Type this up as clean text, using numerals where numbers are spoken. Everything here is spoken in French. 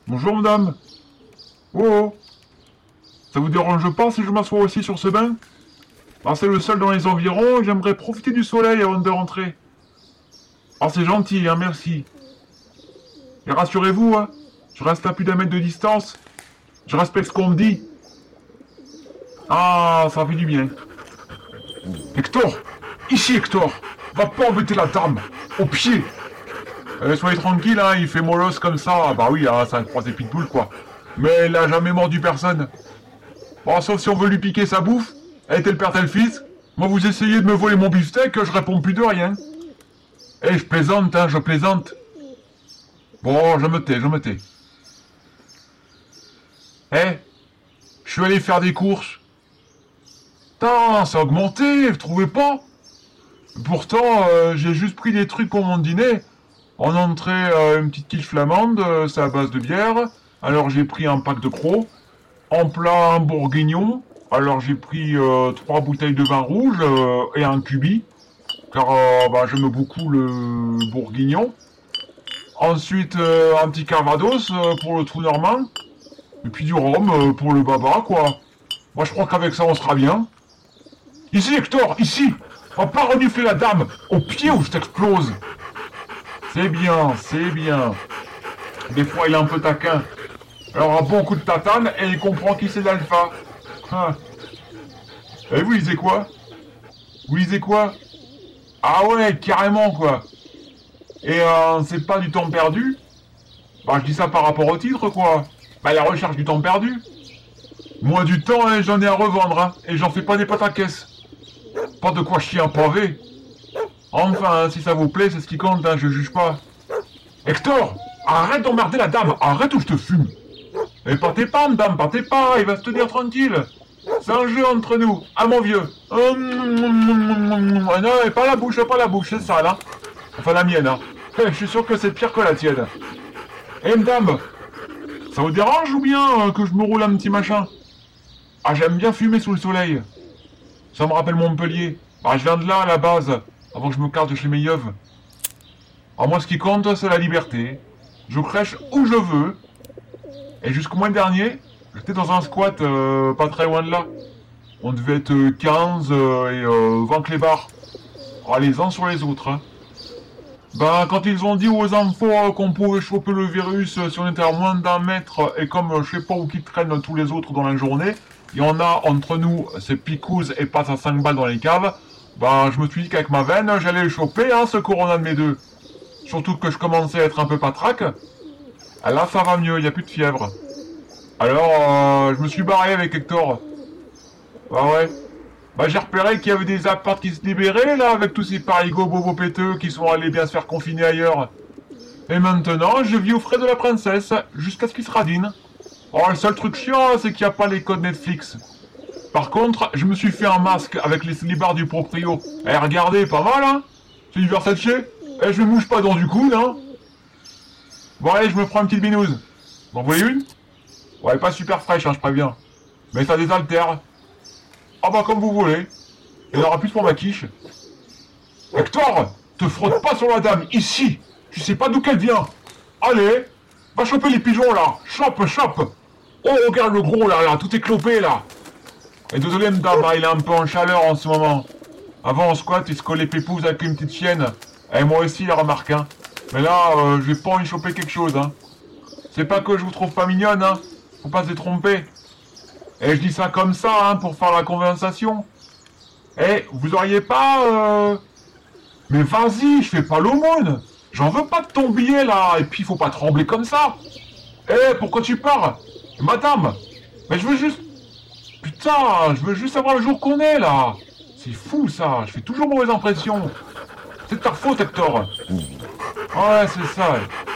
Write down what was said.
Bonjour madame. Oh, oh. Ça vous dérange pas si je m'assois aussi sur ce banc? Ah, c'est le seul dans les environs, j'aimerais profiter du soleil avant de rentrer. Ah, c'est gentil, hein, merci. Et rassurez-vous, hein, je reste à plus d'un mètre de distance. Je respecte ce qu'on me dit. Ah, ça fait du bien. Hector! Ici, Hector! Va pas embêter la dame! Au pied! Soyez tranquille, hein, il fait molosse comme ça. Bah oui, hein, c'est un croisé pitbull, quoi. Mais il a jamais mordu personne. Bon, sauf si on veut lui piquer sa bouffe. Elle tel père, tel fils. Moi, vous essayez de me voler mon beefsteak, je réponds plus de rien. Eh, je plaisante, hein, je plaisante. Bon, je me tais, je me tais. Eh, je suis allé faire des courses. Putain, ça a augmenté, vous trouvez pas? Pourtant, j'ai juste pris des trucs pour mon dîner. En entrée, une petite quiche flamande, c'est à base de bière. Alors j'ai pris un pack de crocs. En plat, un bourguignon. Alors j'ai pris 3 bouteilles de vin rouge et un cubi. Car bah, j'aime beaucoup le bourguignon. Ensuite, un petit calvados pour le trou normand. Et puis du rhum pour le baba, quoi. Moi je crois qu'avec ça on sera bien. Ici Hector, ici! On va pas renifler la dame au pied ou je t'explose. C'est bien, c'est bien. Des fois il est un peu taquin. Alors un bon coup de tatane et il comprend qui c'est l'alpha. Hein. Et vous lisez quoi? Vous lisez quoi? Ah ouais, carrément quoi. Et c'est pas du temps perdu? Bah je dis ça par rapport au titre quoi. Bah la recherche du temps perdu. Moi du temps hein, j'en ai à revendre hein, et j'en fais pas des pâtes à caisse. Pas de quoi chier un pavé. Enfin, hein, si ça vous plaît, c'est ce qui compte, hein, je juge pas. Hector, arrête d'emmerder la dame, arrête ou je te fume. Et partez pas, madame, partez pas, il va se tenir tranquille. C'est un jeu entre nous, ah mon vieux. Non, et pas la bouche, c'est sale, hein. Enfin la mienne, hein. Je suis sûr que c'est pire que la tienne. Eh madame, ça vous dérange ou bien que je me roule un petit machin? Ah, j'aime bien fumer sous le soleil. Ça me rappelle Montpellier. Bah, je viens de là, à la base, avant que je me casse de chez mes yeux. Alors moi, ce qui compte, c'est la liberté. Je crèche où je veux. Et jusqu'au mois dernier, j'étais dans un squat pas très loin de là. On devait être 15 et 20 clébards. Ah, les uns sur les autres. Hein. Ben, quand ils ont dit aux enfants qu'on pouvait choper le virus si on était à moins d'un mètre, et comme je sais pas où qui traînent tous les autres dans la journée, il y en a entre nous, ces picouzes et passent à 5 balles dans les caves, ben je me suis dit qu'avec ma veine, j'allais le choper, hein, ce corona de mes deux. Surtout que je commençais à être un peu patraque. Ah, là, ça va mieux, il n'y a plus de fièvre. Alors, je me suis barré avec Hector. Bah ouais. Bah j'ai repéré qu'il y avait des apparts qui se libéraient, là, avec tous ces parigots bobos péteux qui sont allés bien se faire confiner ailleurs. Et maintenant, je vis aux frais de la princesse, jusqu'à ce qu'il se radine. Oh, le seul truc chiant, c'est qu'il n'y a pas les codes Netflix. Par contre, je me suis fait un masque avec les slibards du proprio. Eh, regardez, pas mal, hein? C'est du Versace. Eh, je me mouche pas dans du coude, hein? Bon, allez, je me prends une petite binouse. Vous en voulez une? Ouais, pas super fraîche, hein, je préviens. Mais ça désaltère. Ah bah, comme vous voulez. Il y en aura plus pour ma quiche. Hector, te frotte pas sur la dame, ici. Tu sais pas d'où qu'elle vient. Allez, va choper les pigeons, là. Chope, chope. Oh, regarde le gros, là, tout est clopé, là. Et désolé, madame, il est un peu en chaleur en ce moment. Avant, en squat, il se collait pépouze avec une petite chienne. Et moi aussi, la remarque, hein. Mais là, j'ai pas envie de choper quelque chose, hein. C'est pas que je vous trouve pas mignonne, hein. Faut pas se tromper. Et je dis ça comme ça, hein, pour faire la conversation. Eh, vous auriez pas, Mais vas-y, je fais pas l'aumône. J'en veux pas de ton billet, là. Et puis, faut pas trembler comme ça. Eh, pourquoi tu pars? Madame, mais je veux juste... Putain, je veux juste savoir le jour qu'on est, là. C'est fou, ça. Je fais toujours mauvaise impression. C'est de ta faute, Hector. Ouais, c'est ça. Ouais.